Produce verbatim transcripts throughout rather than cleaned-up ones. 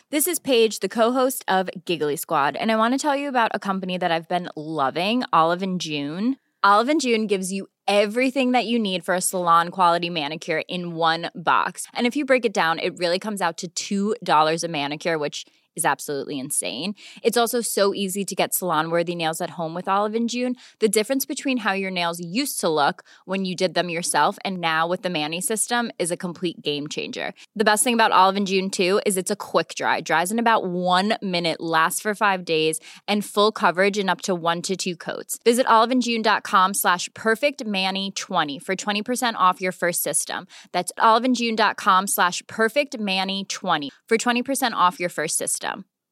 This is Paige, the co-host of Giggly Squad, and I want to tell you about a company that I've been loving, Olive and June. Olive and June gives you everything that you need for a salon-quality manicure in one box. And if you break it down, it really comes out to two dollars a manicure, which is absolutely insane. It's also so easy to get salon-worthy nails at home with Olive and June. The difference between how your nails used to look when you did them yourself and now with the Mani system is a complete game changer. The best thing about Olive and June, too, is it's a quick dry. Dries in about one minute, lasts for five days, and full coverage in up to one to two coats. Visit oliveandjune.com slash perfectmani20 for twenty percent off your first system. That's oliveandjune.com slash perfectmani20 for twenty percent off your first system.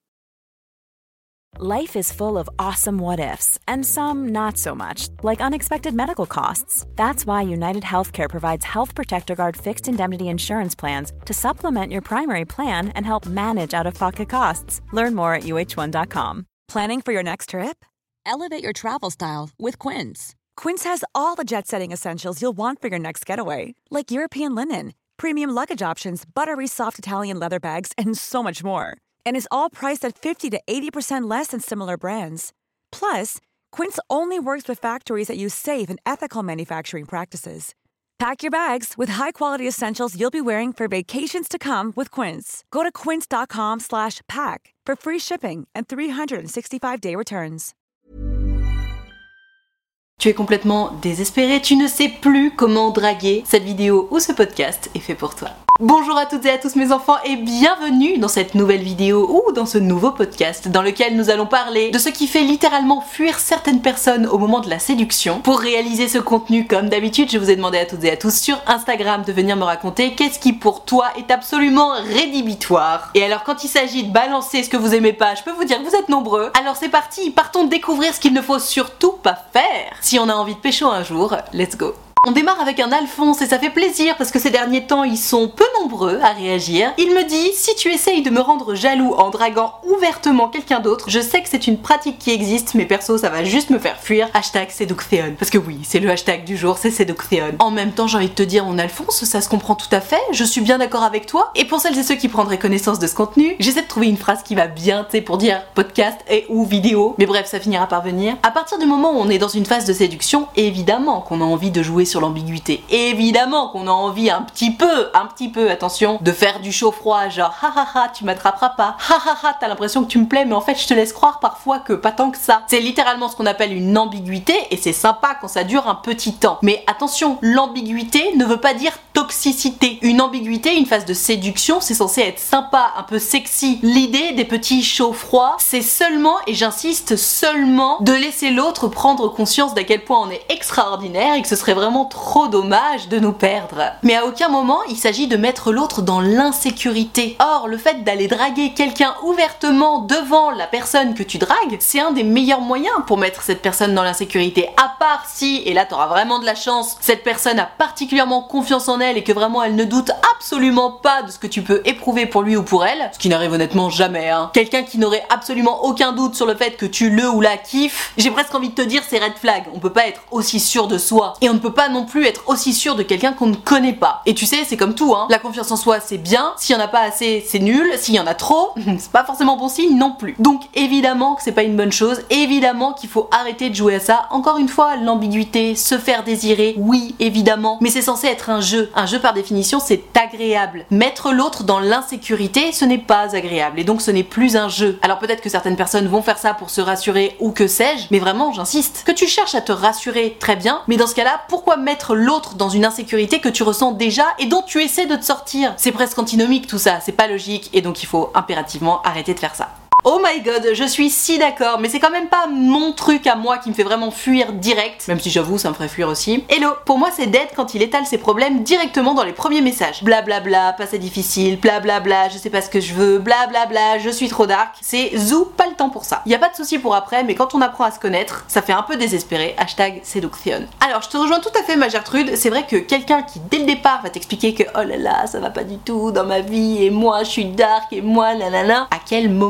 Life is full of awesome what-ifs, and some not so much, like unexpected medical costs. That's why United Healthcare provides Health Protector Guard fixed indemnity insurance plans to supplement your primary plan and help manage out-of-pocket costs. Learn more at U H one dot com. Planning for your next trip? Elevate your travel style with Quince. Quince has all the jet-setting essentials you'll want for your next getaway, like European linen, premium luggage options, buttery soft Italian leather bags, and so much more. And is all priced at fifty to eighty percent less than similar brands. Plus, Quince only works with factories that use safe and ethical manufacturing practices. Pack your bags with high-quality essentials you'll be wearing for vacations to come with Quince. Go to quince.com slash pack for free shipping and three sixty-five day returns. Tu es complètement désespéré, tu ne sais plus comment draguer. Cette vidéo ou ce podcast est fait pour toi. Bonjour à toutes et à tous mes enfants et bienvenue dans cette nouvelle vidéo ou dans ce nouveau podcast dans lequel nous allons parler de ce qui fait littéralement fuir certaines personnes au moment de la séduction. Pour réaliser ce contenu, comme d'habitude, je vous ai demandé à toutes et à tous sur Instagram de venir me raconter qu'est-ce qui pour toi est absolument rédhibitoire. Et alors quand il s'agit de balancer ce que vous aimez pas, je peux vous dire que vous êtes nombreux. Alors c'est parti, partons découvrir ce qu'il ne faut surtout pas faire. Si on a envie de pécho un jour, let's go. On démarre avec un Alphonse et ça fait plaisir parce que ces derniers temps ils sont peu nombreux à réagir. Il me dit: si tu essayes de me rendre jaloux en draguant ouvertement quelqu'un d'autre, je sais que c'est une pratique qui existe mais perso ça va juste me faire fuir. Hashtag séduction. Parce que oui, c'est le hashtag du jour, c'est séduction. En même temps j'ai envie de te dire mon Alphonse, ça se comprend tout à fait, je suis bien d'accord avec toi. Et pour celles et ceux qui prendraient connaissance de ce contenu, j'essaie de trouver une phrase qui va bien, tu sais, pour dire podcast et ou vidéo. Mais bref, ça finira par venir. À partir du moment où on est dans une phase de séduction, évidemment qu'on a envie de jouer sur sur l'ambiguïté. Évidemment qu'on a envie un petit peu, un petit peu, attention, de faire du chaud-froid, genre ha ha ha, tu m'attraperas pas, ha ha ha, t'as l'impression que tu me plais, mais en fait je te laisse croire parfois que pas tant que ça. C'est littéralement ce qu'on appelle une ambiguïté et c'est sympa quand ça dure un petit temps. Mais attention, l'ambiguïté ne veut pas dire toxicité. Une ambiguïté, une phase de séduction, c'est censé être sympa, un peu sexy. L'idée des petits chauds-froids, c'est seulement, et j'insiste seulement, de laisser l'autre prendre conscience d'à quel point on est extraordinaire et que ce serait vraiment trop dommage de nous perdre. Mais à aucun moment il s'agit de mettre l'autre dans l'insécurité. Or, le fait d'aller draguer quelqu'un ouvertement devant la personne que tu dragues, c'est un des meilleurs moyens pour mettre cette personne dans l'insécurité. À part si, et là t'auras vraiment de la chance, cette personne a particulièrement confiance en elle et que vraiment elle ne doute absolument pas de ce que tu peux éprouver pour lui ou pour elle, ce qui n'arrive honnêtement jamais, hein. Quelqu'un qui n'aurait absolument aucun doute sur le fait que tu le ou la kiffes, j'ai presque envie de te dire c'est red flag. On peut pas être aussi sûr de soi et on ne peut pas non plus être aussi sûr de quelqu'un qu'on ne connaît pas. Et tu sais, c'est comme tout, hein. La confiance en soi, c'est bien. S'il y en a pas assez, c'est nul. S'il y en a trop, c'est pas forcément bon signe non plus. Donc évidemment que c'est pas une bonne chose. Évidemment qu'il faut arrêter de jouer à ça. Encore une fois, l'ambiguïté, se faire désirer, oui, évidemment. Mais c'est censé être un jeu. Un jeu par définition, c'est agréable. Mettre l'autre dans l'insécurité, ce n'est pas agréable. Et donc ce n'est plus un jeu. Alors peut-être que certaines personnes vont faire ça pour se rassurer ou que sais-je. Mais vraiment, j'insiste. Que tu cherches à te rassurer, très bien. Mais dans ce cas-là, pourquoi mettre l'autre dans une insécurité que tu ressens déjà et dont tu essaies de te sortir? C'est presque antinomique tout ça, c'est pas logique et donc il faut impérativement arrêter de faire ça. Oh my god, je suis si d'accord, mais c'est quand même pas mon truc à moi qui me fait vraiment fuir direct, même si j'avoue ça me ferait fuir aussi. Hello, pour moi c'est dead quand il étale ses problèmes directement dans les premiers messages. Blablabla, pas c'est difficile, blablabla, je sais pas ce que je veux, blablabla, je suis trop dark. C'est zou, pas le temps pour ça. Y a pas de souci pour après, mais quand on apprend à se connaître, ça fait un peu désespéré. Hashtag séduction. Alors je te rejoins tout à fait ma Gertrude, c'est vrai que quelqu'un qui dès le départ va t'expliquer que oh là là, ça va pas du tout dans ma vie, et moi je suis dark, et moi nanana, à quel moment tu crois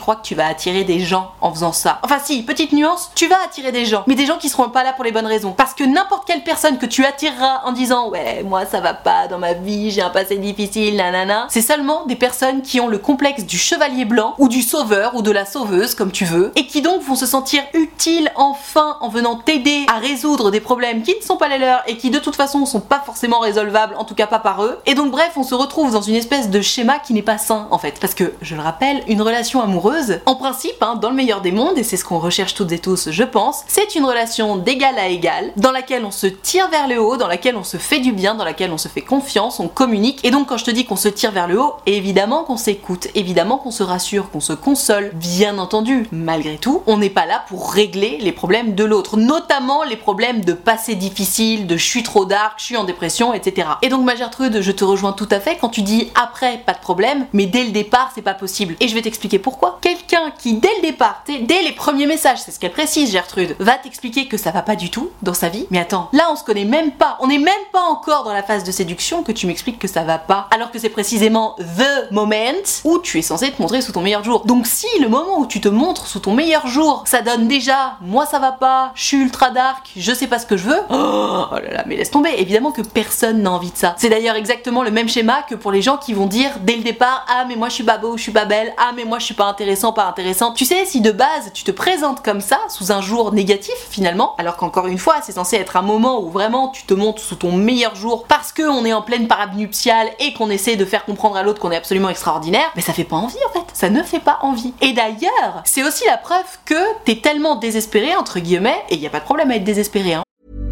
crois que tu vas attirer des gens en faisant ça. Enfin si, petite nuance, tu vas attirer des gens, mais des gens qui seront pas là pour les bonnes raisons. Parce que n'importe quelle personne que tu attireras en disant ouais, moi ça va pas dans ma vie, j'ai un passé difficile, nanana, c'est seulement des personnes qui ont le complexe du chevalier blanc ou du sauveur ou de la sauveuse, comme tu veux, et qui donc vont se sentir utiles enfin en venant t'aider à résoudre des problèmes qui ne sont pas les leurs et qui de toute façon sont pas forcément résolvables, en tout cas pas par eux. Et donc bref, on se retrouve dans une espèce de schéma qui n'est pas sain en fait. Parce que, je le rappelle, une relation amoureuse, en principe, hein, dans le meilleur des mondes, et c'est ce qu'on recherche toutes et tous, je pense, c'est une relation d'égal à égal, dans laquelle on se tire vers le haut, dans laquelle on se fait du bien, dans laquelle on se fait confiance, on communique. Et donc quand je te dis qu'on se tire vers le haut, évidemment qu'on s'écoute, évidemment qu'on se rassure, qu'on se console, bien entendu. Malgré tout, on n'est pas là pour régler les problèmes de l'autre, notamment les problèmes de passé difficile, de je suis trop dark, je suis en dépression, et cetera. Et donc ma Gertrude, je te rejoins tout à fait quand tu dis après, pas de problème, mais dès le départ, c'est pas possible. Et je vais t'expliquer pourquoi. Quelqu'un qui, dès le départ, dès les premiers messages, c'est ce qu'elle précise, Gertrude, va t'expliquer que ça va pas du tout dans sa vie. Mais attends, là on se connaît même pas, on est même pas encore dans la phase de séduction que tu m'expliques que ça va pas, alors que c'est précisément the moment où tu es censé te montrer sous ton meilleur jour. Donc si le moment où tu te montres sous ton meilleur jour, ça donne déjà, moi ça va pas, je suis ultra dark, je sais pas ce que je veux, oh, oh là là, mais laisse tomber, évidemment que personne n'a envie de ça. C'est d'ailleurs exactement le même schéma que pour les gens qui vont dire dès le départ, ah mais moi je suis pas beau, je suis pas belle, ah mais moi je suis pas intéressant, pas intéressante. Tu sais, si de base tu te présentes comme ça, sous un jour négatif finalement, alors qu'encore une fois c'est censé être un moment où vraiment tu te montres sous ton meilleur jour parce qu'on est en pleine parade nuptiale et qu'on essaie de faire comprendre à l'autre qu'on est absolument extraordinaire, mais ça fait pas envie en fait, ça ne fait pas envie. Et d'ailleurs, c'est aussi la preuve que t'es tellement désespéré entre guillemets, et y a pas de problème à être désespéré hein.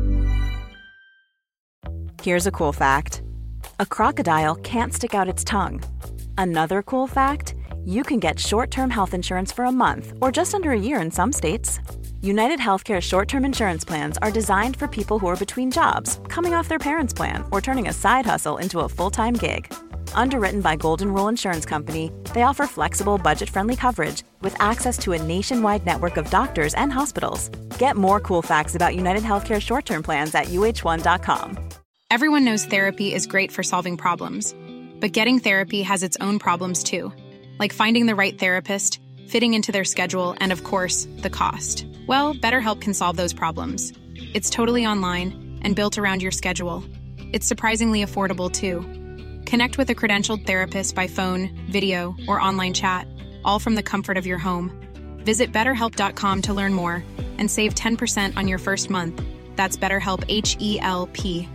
Here's a cool fact. A crocodile can't stick out its tongue. Another cool fact, you can get short-term health insurance for a month or just under a year in some states. United Healthcare short-term insurance plans are designed for people who are between jobs, coming off their parents' plan, or turning a side hustle into a full-time gig. Underwritten by Golden Rule Insurance Company, they offer flexible, budget-friendly coverage with access to a nationwide network of doctors and hospitals. Get more cool facts about United Healthcare short-term plans at U H one dot com. Everyone knows therapy is great for solving problems, but getting therapy has its own problems too, like finding the right therapist, fitting into their schedule, and of course, the cost. Well, BetterHelp can solve those problems. It's totally online and built around your schedule. It's surprisingly affordable too. Connect with a credentialed therapist by phone, video, or online chat, all from the comfort of your home. Visit better help dot com to learn more and save ten percent on your first month. That's BetterHelp, H E L P.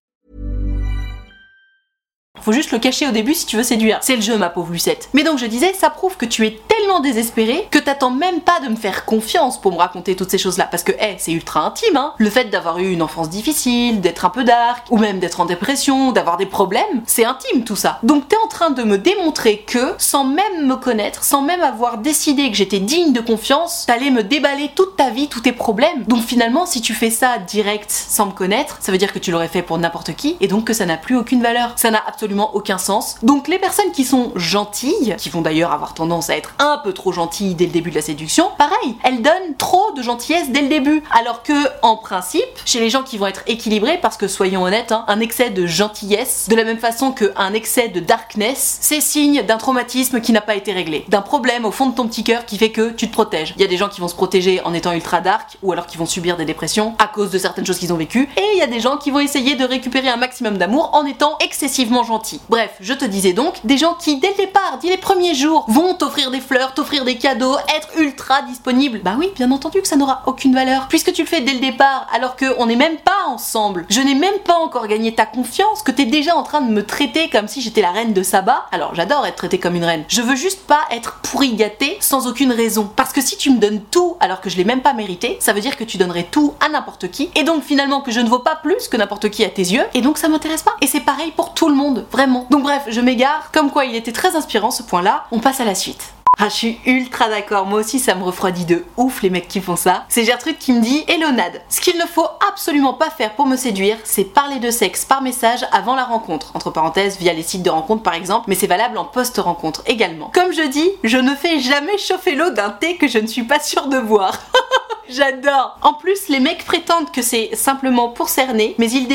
Faut juste le cacher au début si tu veux séduire. C'est le jeu, ma pauvre Lucette. Mais donc je disais, ça prouve que tu es tellement désespérée que t'attends même pas de me faire confiance pour me raconter toutes ces choses-là. Parce que, hé, hey, c'est ultra intime, hein. Le fait d'avoir eu une enfance difficile, d'être un peu dark, ou même d'être en dépression, d'avoir des problèmes, c'est intime tout ça. Donc t'es en train de me démontrer que, sans même me connaître, sans même avoir décidé que j'étais digne de confiance, t'allais me déballer toute ta vie, tous tes problèmes. Donc finalement, si tu fais ça direct, sans me connaître, ça veut dire que tu l'aurais fait pour n'importe qui, et donc que ça n'a plus aucune valeur. Ça n'a absolument aucun sens. Donc les personnes qui sont gentilles, qui vont d'ailleurs avoir tendance à être un peu trop gentilles dès le début de la séduction, pareil, elles donnent trop de gentillesse dès le début. Alors que, en principe, chez les gens qui vont être équilibrés, parce que soyons honnêtes, hein, un excès de gentillesse, de la même façon qu'un excès de darkness, c'est signe d'un traumatisme qui n'a pas été réglé, d'un problème au fond de ton petit cœur qui fait que tu te protèges. Il y a des gens qui vont se protéger en étant ultra dark, ou alors qui vont subir des dépressions à cause de certaines choses qu'ils ont vécues, et il y a des gens qui vont essayer de récupérer un maximum d'amour en étant excessivement gentils. Bref, je te disais donc, des gens qui, dès le départ, dès les premiers jours, vont t'offrir des fleurs, t'offrir des cadeaux, être ultra disponibles. Bah oui, bien entendu que ça n'aura aucune valeur, puisque tu le fais dès le départ, alors qu'on n'est même pas ensemble. Je n'ai même pas encore gagné ta confiance, que t'es déjà en train de me traiter comme si j'étais la reine de Saba. Alors, j'adore être traitée comme une reine. Je veux juste pas être pourri gâtée sans aucune raison. Parce que si tu me donnes tout, alors que je l'ai même pas mérité, ça veut dire que tu donnerais tout à n'importe qui, et donc finalement que je ne vaux pas plus que n'importe qui à tes yeux, et donc ça m'intéresse pas. Et c'est pareil pour tout le monde. Vraiment. Donc bref, je m'égare, comme quoi il était très inspirant ce point-là, on passe à la suite. Ah, je suis ultra d'accord, moi aussi ça me refroidit de ouf les mecs qui font ça. C'est Gertrude qui me dit « Hello Nad, ce qu'il ne faut absolument pas faire pour me séduire, c'est parler de sexe par message avant la rencontre. » Entre parenthèses, via les sites de rencontre par exemple, mais c'est valable en post-rencontre également. Comme je dis, je ne fais jamais chauffer l'eau d'un thé que je ne suis pas sûre de boire. J'adore. En plus, les mecs prétendent que c'est simplement pour cerner, mais ils démarrent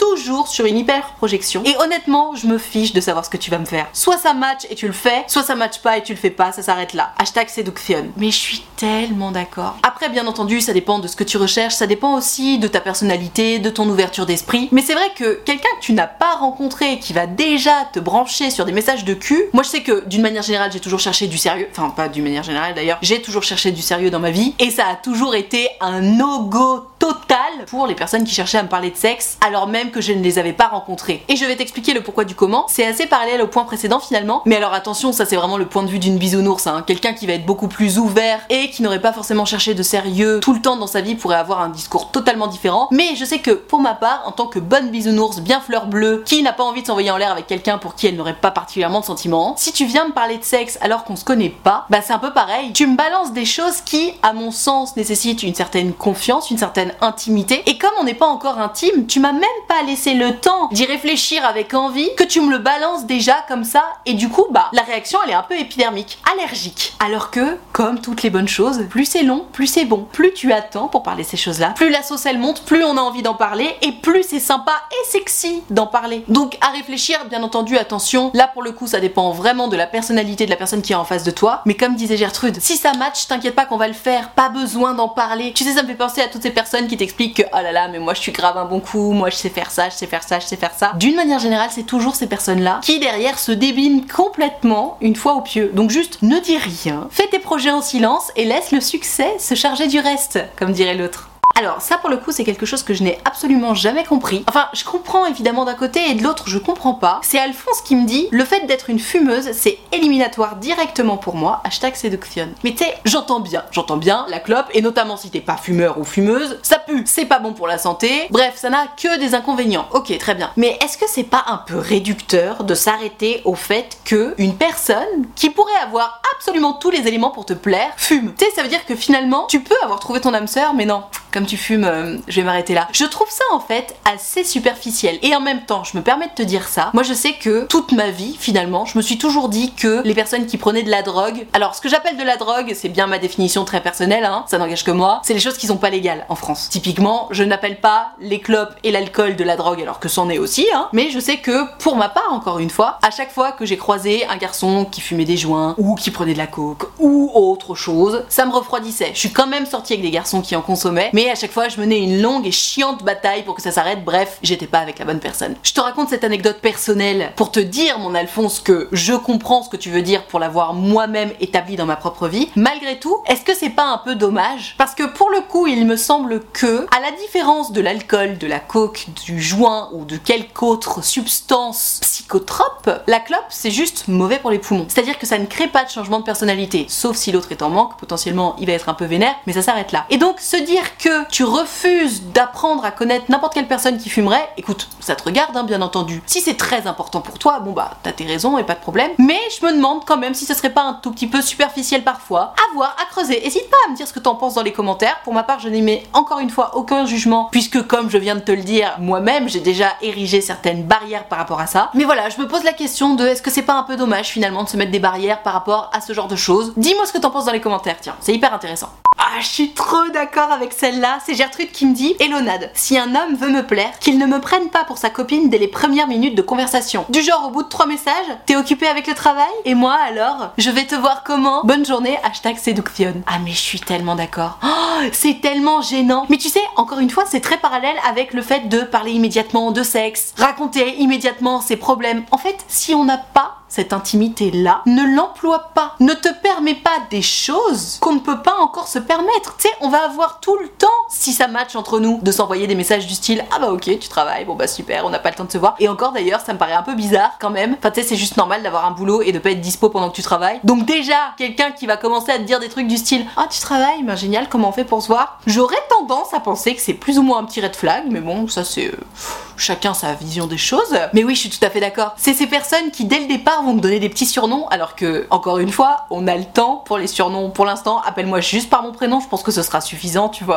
toujours sur une hyper projection. Et honnêtement, je me fiche de savoir ce que tu vas me faire. Soit ça match et tu le fais, soit ça match pas et tu le fais pas, ça s'arrête là. Hashtag séduction. Mais je suis tellement d'accord. Après, bien entendu, ça dépend de ce que tu recherches, ça dépend aussi de ta personnalité, de ton ouverture d'esprit. Mais c'est vrai que quelqu'un que tu n'as pas rencontré, qui va déjà te brancher sur des messages de cul, moi je sais que d'une manière générale, j'ai toujours cherché du sérieux. Enfin, pas d'une manière générale d'ailleurs. J'ai toujours cherché du sérieux dans ma vie. Et ça a toujours été un no-go total pour les personnes qui cherchaient à me parler de sexe alors même que je ne les avais pas rencontrées. Et je vais t'expliquer le pourquoi du comment. C'est assez parallèle au point précédent finalement. Mais alors attention, ça c'est vraiment le point de vue d'une bisounours, hein. Quelqu'un qui va être beaucoup plus ouvert et qui n'aurait pas forcément cherché de sérieux tout le temps dans sa vie pourrait avoir un discours totalement différent. Mais je sais que pour ma part, en tant que bonne bisounours bien fleur bleue, qui n'a pas envie de s'envoyer en l'air avec quelqu'un pour qui elle n'aurait pas particulièrement de sentiments, si tu viens me parler de sexe alors qu'on se connaît pas, bah c'est un peu pareil. Tu me balances des choses qui, à mon sens, nécessitent une certaine confiance, une certaine intimité. Et comme on n'est pas encore intime, tu m'as même pas laissé le temps d'y réfléchir avec envie, que tu me le balances déjà comme ça, et du coup, bah, la réaction elle est un peu épidermique, allergique. Alors que, comme toutes les bonnes choses, plus c'est long, plus c'est bon. Plus tu attends pour parler ces choses-là, plus la sauce elle monte, plus on a envie d'en parler, et plus c'est sympa et sexy d'en parler. Donc à réfléchir, bien entendu, attention, là pour le coup ça dépend vraiment de la personnalité de la personne qui est en face de toi, mais comme disait Gertrude, si ça match, t'inquiète pas qu'on va le faire, pas besoin d'en parler. Tu sais, ça me fait penser à toutes ces personnes qui t'expliquent que oh là là, mais moi je suis grave un bon coup, moi je sais faire ça, je sais faire ça, je sais faire ça. D'une manière générale, c'est toujours ces personnes-là qui derrière se débinent complètement une fois au pieu. Donc juste ne dis rien, fais tes projets en silence et laisse le succès se charger du reste, comme dirait l'autre. Alors ça pour le coup c'est quelque chose que je n'ai absolument jamais compris. Enfin je comprends évidemment d'un côté et de l'autre je comprends pas. C'est Alphonse qui me dit le fait d'être une fumeuse c'est éliminatoire directement pour moi. Hashtag séduction. Mais tu sais, j'entends bien, j'entends bien la clope et notamment si t'es pas fumeur ou fumeuse, ça pue, c'est pas bon pour la santé. Bref, ça n'a que des inconvénients. Ok, très bien. Mais est-ce que c'est pas un peu réducteur de s'arrêter au fait que une personne qui pourrait avoir absolument tous les éléments pour te plaire fume? Tu sais, ça veut dire que finalement tu peux avoir trouvé ton âme sœur mais non. Comme tu fumes, euh, je vais m'arrêter là. Je trouve ça en fait assez superficiel. Et en même temps, je me permets de te dire ça. Moi je sais que toute ma vie, finalement, je me suis toujours dit que les personnes qui prenaient de la drogue... Alors ce que j'appelle de la drogue, c'est bien ma définition très personnelle, hein, ça n'engage que moi, c'est les choses qui sont pas légales en France. Typiquement, je n'appelle pas les clopes et l'alcool de la drogue alors que c'en est aussi, hein. Mais je sais que pour ma part, encore une fois, à chaque fois que j'ai croisé un garçon qui fumait des joints, ou qui prenait de la coke, ou autre chose, ça me refroidissait. Je suis quand même sortie avec des garçons qui en consommaient, mais à chaque fois je menais une longue et chiante bataille pour que ça s'arrête, bref, j'étais pas avec la bonne personne. Je te raconte cette anecdote personnelle pour te dire, mon Alphonse, que je comprends ce que tu veux dire pour l'avoir moi-même établi dans ma propre vie. Malgré tout, est-ce que c'est pas un peu dommage? Parce que pour le coup, il me semble que, à la différence de l'alcool, de la coke, du joint ou de quelque autre substance psychotrope, la clope c'est juste mauvais pour les poumons. C'est-à-dire que ça ne crée pas de changement de personnalité, sauf si l'autre est en manque, potentiellement il va être un peu vénère, mais ça s'arrête là. Et donc se dire que tu refuses d'apprendre à connaître n'importe quelle personne qui fumerait, écoute, ça te regarde hein, bien entendu. Si c'est très important pour toi, bon bah t'as tes raisons et pas de problème. Mais je me demande quand même si ce serait pas un tout petit peu superficiel parfois. À voir, à creuser. Hésite pas à me dire ce que t'en penses dans les commentaires. Pour ma part, je n'émets encore une fois aucun jugement, puisque comme je viens de te le dire, moi-même j'ai déjà érigé certaines barrières par rapport à ça. Mais voilà, je me pose la question de est-ce que c'est pas un peu dommage finalement de se mettre des barrières par rapport à ce genre de choses. Dis-moi ce que t'en penses dans les commentaires, tiens, c'est hyper intéressant. Ah, je suis trop d'accord avec celle-là. C'est Gertrude qui me dit: Elonade, si un homme veut me plaire, qu'il ne me prenne pas pour sa copine dès les premières minutes de conversation. Du genre, au bout de trois messages, t'es occupé avec le travail? Et moi alors, je vais te voir comment? Bonne journée, hashtag séduction. Ah mais je suis tellement d'accord. Oh, c'est tellement gênant. Mais tu sais, encore une fois, c'est très parallèle avec le fait de parler immédiatement de sexe, raconter immédiatement ses problèmes. En fait, si on n'a pas cette intimité-là, ne l'emploie pas. Ne te permets pas des choses qu'on ne peut pas encore se permettre. Tu sais, on va avoir tout le temps, si ça match entre nous, de s'envoyer des messages du style: ah bah ok, tu travailles, bon bah super, on n'a pas le temps de se voir. Et encore d'ailleurs, ça me paraît un peu bizarre quand même. Enfin tu sais, c'est juste normal d'avoir un boulot et de pas être dispo pendant que tu travailles. Donc déjà, quelqu'un qui va commencer à te dire des trucs du style: ah tu travailles, ben génial, comment on fait pour se voir? J'aurais tendance à penser que c'est plus ou moins un petit red flag, mais bon, ça c'est... Euh, chacun sa vision des choses. Mais oui, je suis tout à fait d'accord. C'est ces personnes qui dès le départ vont me donner des petits surnoms, alors que, encore une fois, on a le temps pour les surnoms. Pour l'instant, appelle-moi juste par mon prénom, je pense que ce sera suffisant, tu vois. C'est toujours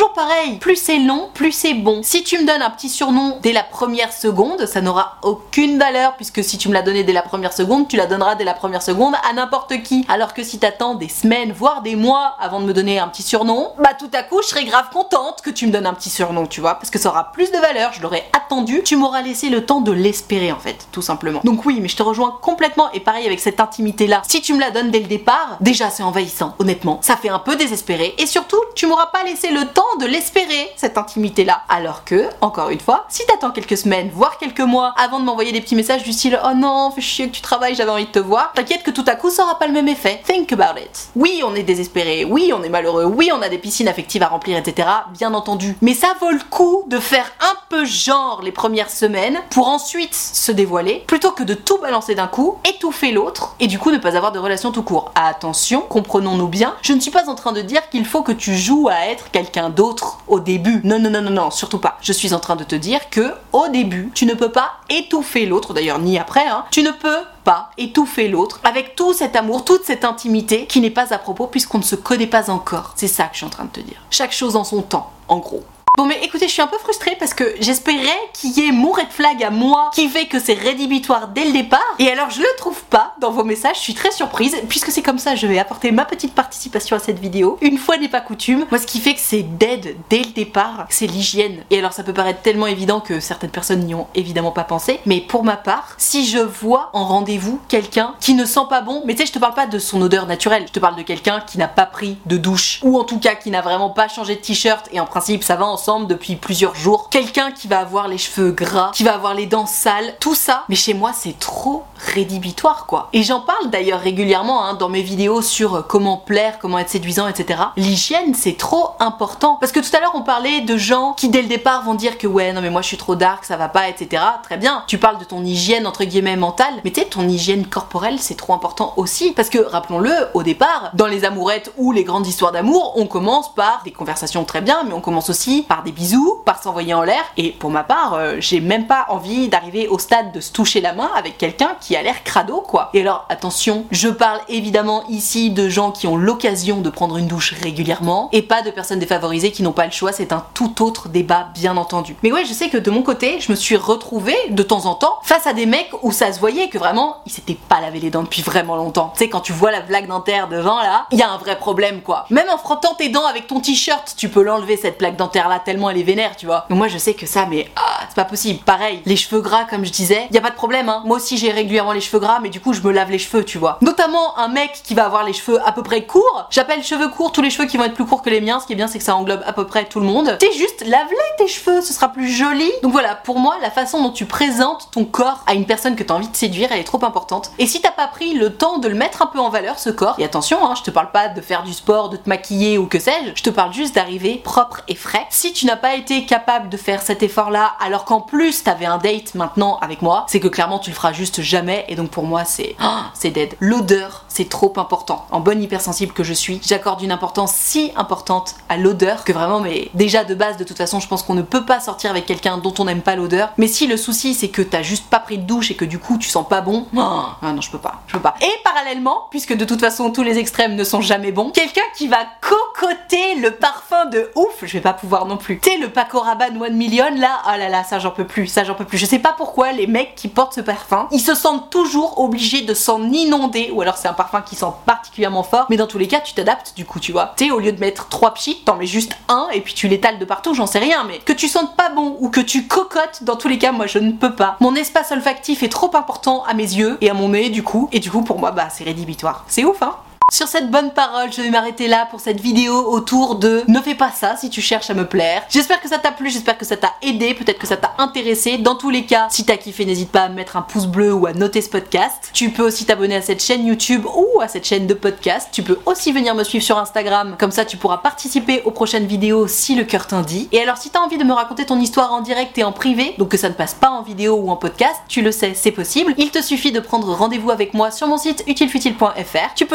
toujours pareil, plus c'est long, plus c'est bon. Si tu me donnes un petit surnom dès la première seconde, ça n'aura aucune valeur, puisque si tu me l'as donné dès la première seconde, tu la donneras dès la première seconde à n'importe qui. Alors que si t'attends des semaines, voire des mois avant de me donner un petit surnom, bah tout à coup je serais grave contente que tu me donnes un petit surnom, tu vois, parce que ça aura plus de valeur, je l'aurais attendu, tu m'auras laissé le temps de l'espérer en fait, tout simplement. Donc oui, mais je te rejoins complètement, et pareil avec cette intimité là, si tu me la donnes dès le départ, déjà c'est envahissant, honnêtement, ça fait un peu désespéré, et surtout tu m'auras pas laissé le temps de l'espérer, cette intimité là. Alors que, encore une fois, si t'attends quelques semaines, voire quelques mois avant de m'envoyer des petits messages du style oh non, fais chier que tu travailles, j'avais envie de te voir, t'inquiète que tout à coup ça aura pas le même effet. Think about it. Oui, on est désespéré, oui, on est malheureux, oui, on a des piscines affectives à remplir, et cetera. Bien entendu. Mais ça vaut le coup de faire un peu genre les premières semaines pour ensuite se dévoiler, plutôt que de tout balancer d'un coup, étouffer l'autre, et du coup ne pas avoir de relation tout court. Attention, comprenons-nous bien, je ne suis pas en train de dire qu'il faut que tu joues à être quelqu'un d'autre au début. Non, non, non, non, non, surtout pas. Je suis en train de te dire que, au début, tu ne peux pas étouffer l'autre, d'ailleurs ni après, hein, tu ne peux pas étouffer l'autre avec tout cet amour, toute cette intimité qui n'est pas à propos puisqu'on ne se connaît pas encore. C'est ça que je suis en train de te dire. Chaque chose en son temps, en gros. Bon mais écoutez, je suis un peu frustrée parce que j'espérais qu'il y ait mon red flag à moi qui fait que c'est rédhibitoire dès le départ, et alors je le trouve pas dans vos messages, je suis très surprise. Puisque c'est comme ça, je vais apporter ma petite participation à cette vidéo. Une fois n'est pas coutume, moi ce qui fait que c'est dead dès le départ, c'est l'hygiène. Et alors ça peut paraître tellement évident que certaines personnes n'y ont évidemment pas pensé, mais pour ma part, si je vois en rendez-vous quelqu'un qui ne sent pas bon, mais tu sais, je te parle pas de son odeur naturelle, je te parle de quelqu'un qui n'a pas pris de douche, ou en tout cas qui n'a vraiment pas changé de t-shirt, et en principe ça va ensemble depuis plusieurs jours, quelqu'un qui va avoir les cheveux gras, qui va avoir les dents sales, tout ça, mais chez moi c'est trop rédhibitoire quoi. Et j'en parle d'ailleurs régulièrement hein, dans mes vidéos sur comment plaire, comment être séduisant, et cetera. L'hygiène c'est trop important, parce que tout à l'heure on parlait de gens qui dès le départ vont dire que ouais non mais moi je suis trop dark, ça va pas, et cetera. Très bien, tu parles de ton hygiène entre guillemets mentale, mais tu sais ton hygiène corporelle c'est trop important aussi, parce que rappelons-le, au départ, dans les amourettes ou les grandes histoires d'amour, on commence par des conversations très bien, mais on commence aussi par des bisous, par s'envoyer en l'air, et pour ma part, euh, j'ai même pas envie d'arriver au stade de se toucher la main avec quelqu'un qui a l'air crado quoi. Et alors attention, je parle évidemment ici de gens qui ont l'occasion de prendre une douche régulièrement, et pas de personnes défavorisées qui n'ont pas le choix, c'est un tout autre débat bien entendu. Mais ouais, je sais que de mon côté, je me suis retrouvée de temps en temps face à des mecs où ça se voyait que vraiment, ils s'étaient pas lavé les dents depuis vraiment longtemps. Tu sais, quand tu vois la plaque dentaire devant là, il y a un vrai problème quoi. Même en frottant tes dents avec ton t-shirt, tu peux l'enlever cette plaque dentaire là, tellement elle est vénère, tu vois. Donc moi je sais que ça, mais ah, c'est pas possible. Pareil, les cheveux gras comme je disais, y a pas de problème hein. Moi aussi j'ai régulièrement les cheveux gras, mais du coup je me lave les cheveux, tu vois. Notamment un mec qui va avoir les cheveux à peu près courts, j'appelle cheveux courts tous les cheveux qui vont être plus courts que les miens. Ce qui est bien c'est que ça englobe à peu près tout le monde. T'es juste lave-les tes cheveux, ce sera plus joli. Donc voilà, pour moi la façon dont tu présentes ton corps à une personne que t'as envie de séduire, elle est trop importante. Et si t'as pas pris le temps de le mettre un peu en valeur ce corps, et attention hein, je te parle pas de faire du sport, de te maquiller ou que sais-je, je te parle juste d'arriver propre et frais. Si tu n'as pas été capable de faire cet effort là alors qu'en plus t'avais un date maintenant avec moi, c'est que clairement tu le feras juste jamais, et donc pour moi c'est oh, c'est dead. L'odeur c'est trop important. En bonne hypersensible que je suis, j'accorde une importance si importante à l'odeur que vraiment, mais déjà de base de toute façon je pense qu'on ne peut pas sortir avec quelqu'un dont on n'aime pas l'odeur. Mais si le souci c'est que t'as juste pas pris de douche et que du coup tu sens pas bon, oh, ah non je peux pas, je peux pas. Et parallèlement, puisque de toute façon tous les extrêmes ne sont jamais bons, quelqu'un qui va cocoter le parfum de ouf, je vais pas pouvoir non plus. T'es le Paco Rabanne One Million là, oh là là, ça j'en peux plus, ça j'en peux plus. Je sais pas pourquoi les mecs qui portent ce parfum, ils se sentent toujours obligés de s'en inonder, ou alors c'est un parfum qui sent particulièrement fort, mais dans tous les cas tu t'adaptes du coup, tu vois. Tu sais, au lieu de mettre trois pchits, t'en mets juste un et puis tu l'étales de partout, j'en sais rien, mais que tu sentes pas bon ou que tu cocottes, dans tous les cas moi je ne peux pas. Mon espace olfactif est trop important à mes yeux et à mon nez du coup, et du coup pour moi bah c'est rédhibitoire. C'est ouf hein. Sur cette bonne parole, je vais m'arrêter là pour cette vidéo autour de ne fais pas ça si tu cherches à me plaire. J'espère que ça t'a plu, j'espère que ça t'a aidé, peut-être que ça t'a intéressé. Dans tous les cas, si t'as kiffé, n'hésite pas à mettre un pouce bleu ou à noter ce podcast. Tu peux aussi t'abonner à cette chaîne YouTube ou à cette chaîne de podcast. Tu peux aussi venir me suivre sur Instagram, comme ça tu pourras participer aux prochaines vidéos si le cœur t'en dit. Et alors si t'as envie de me raconter ton histoire en direct et en privé, donc que ça ne passe pas en vidéo ou en podcast, tu le sais, c'est possible. Il te suffit de prendre rendez-vous avec moi sur mon site utilefutile point f r. Tu peux choisir un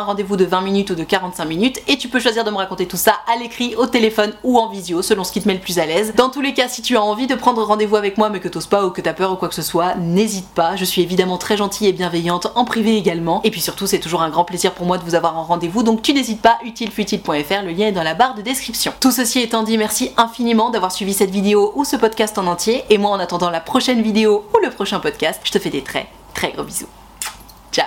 rendez-vous de vingt minutes ou de quarante-cinq minutes et tu peux choisir de me raconter tout ça à l'écrit, au téléphone ou en visio selon ce qui te met le plus à l'aise. Dans tous les cas, si tu as envie de prendre rendez-vous avec moi mais que t'oses pas ou que t'as peur ou quoi que ce soit, n'hésite pas, je suis évidemment très gentille et bienveillante en privé également. Et puis surtout, c'est toujours un grand plaisir pour moi de vous avoir en rendez-vous, donc tu n'hésites pas, utilefutile point f r, le lien est dans la barre de description. Tout ceci étant dit, merci infiniment d'avoir suivi cette vidéo ou ce podcast en entier, et moi en attendant la prochaine vidéo ou le prochain podcast, je te fais des très très gros bisous. Ciao.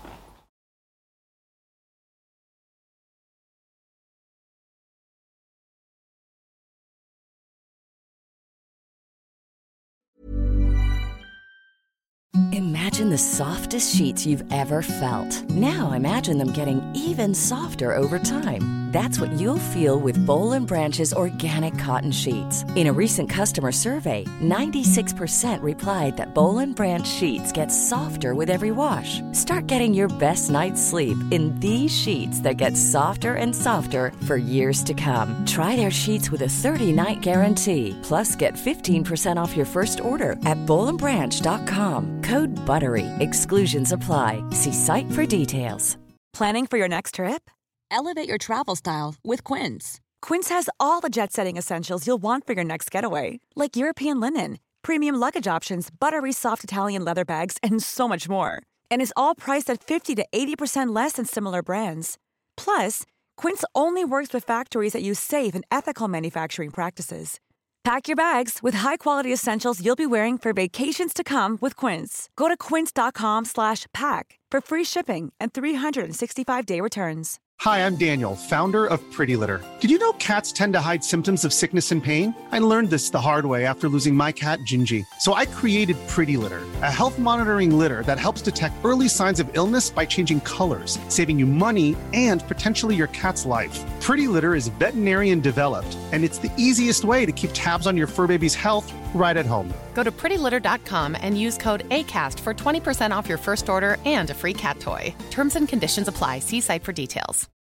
Imagine the softest sheets you've ever felt. Now imagine them getting even softer over time. That's what you'll feel with Boll and Branch's organic cotton sheets. In a recent customer survey, ninety-six percent replied that Boll and Branch sheets get softer with every wash. Start getting your best night's sleep in these sheets that get softer and softer for years to come. Try their sheets with a thirty-night guarantee. Plus, get fifteen percent off your first order at boll and branch dot com. Code BUTTERY. Exclusions apply. See site for details. Planning for your next trip? Elevate your travel style with Quince. Quince has all the jet-setting essentials you'll want for your next getaway, like European linen, premium luggage options, buttery soft Italian leather bags, and so much more. And is all priced at fifty to eighty percent less than similar brands. Plus, Quince only works with factories that use safe and ethical manufacturing practices. Pack your bags with high-quality essentials you'll be wearing for vacations to come with Quince. Go to quince dot com slash pack for free shipping and three sixty-five day returns. Hi, I'm Daniel, founder of Pretty Litter. Did you know cats tend to hide symptoms of sickness and pain? I learned this the hard way after losing my cat, Gingy. So I created Pretty Litter, a health monitoring litter that helps detect early signs of illness by changing colors, saving you money and potentially your cat's life. Pretty Litter is veterinarian developed, and it's the easiest way to keep tabs on your fur baby's health right at home. Go to pretty litter dot com and use code ACAST for twenty percent off your first order and a free cat toy. Terms and conditions apply. See site for details.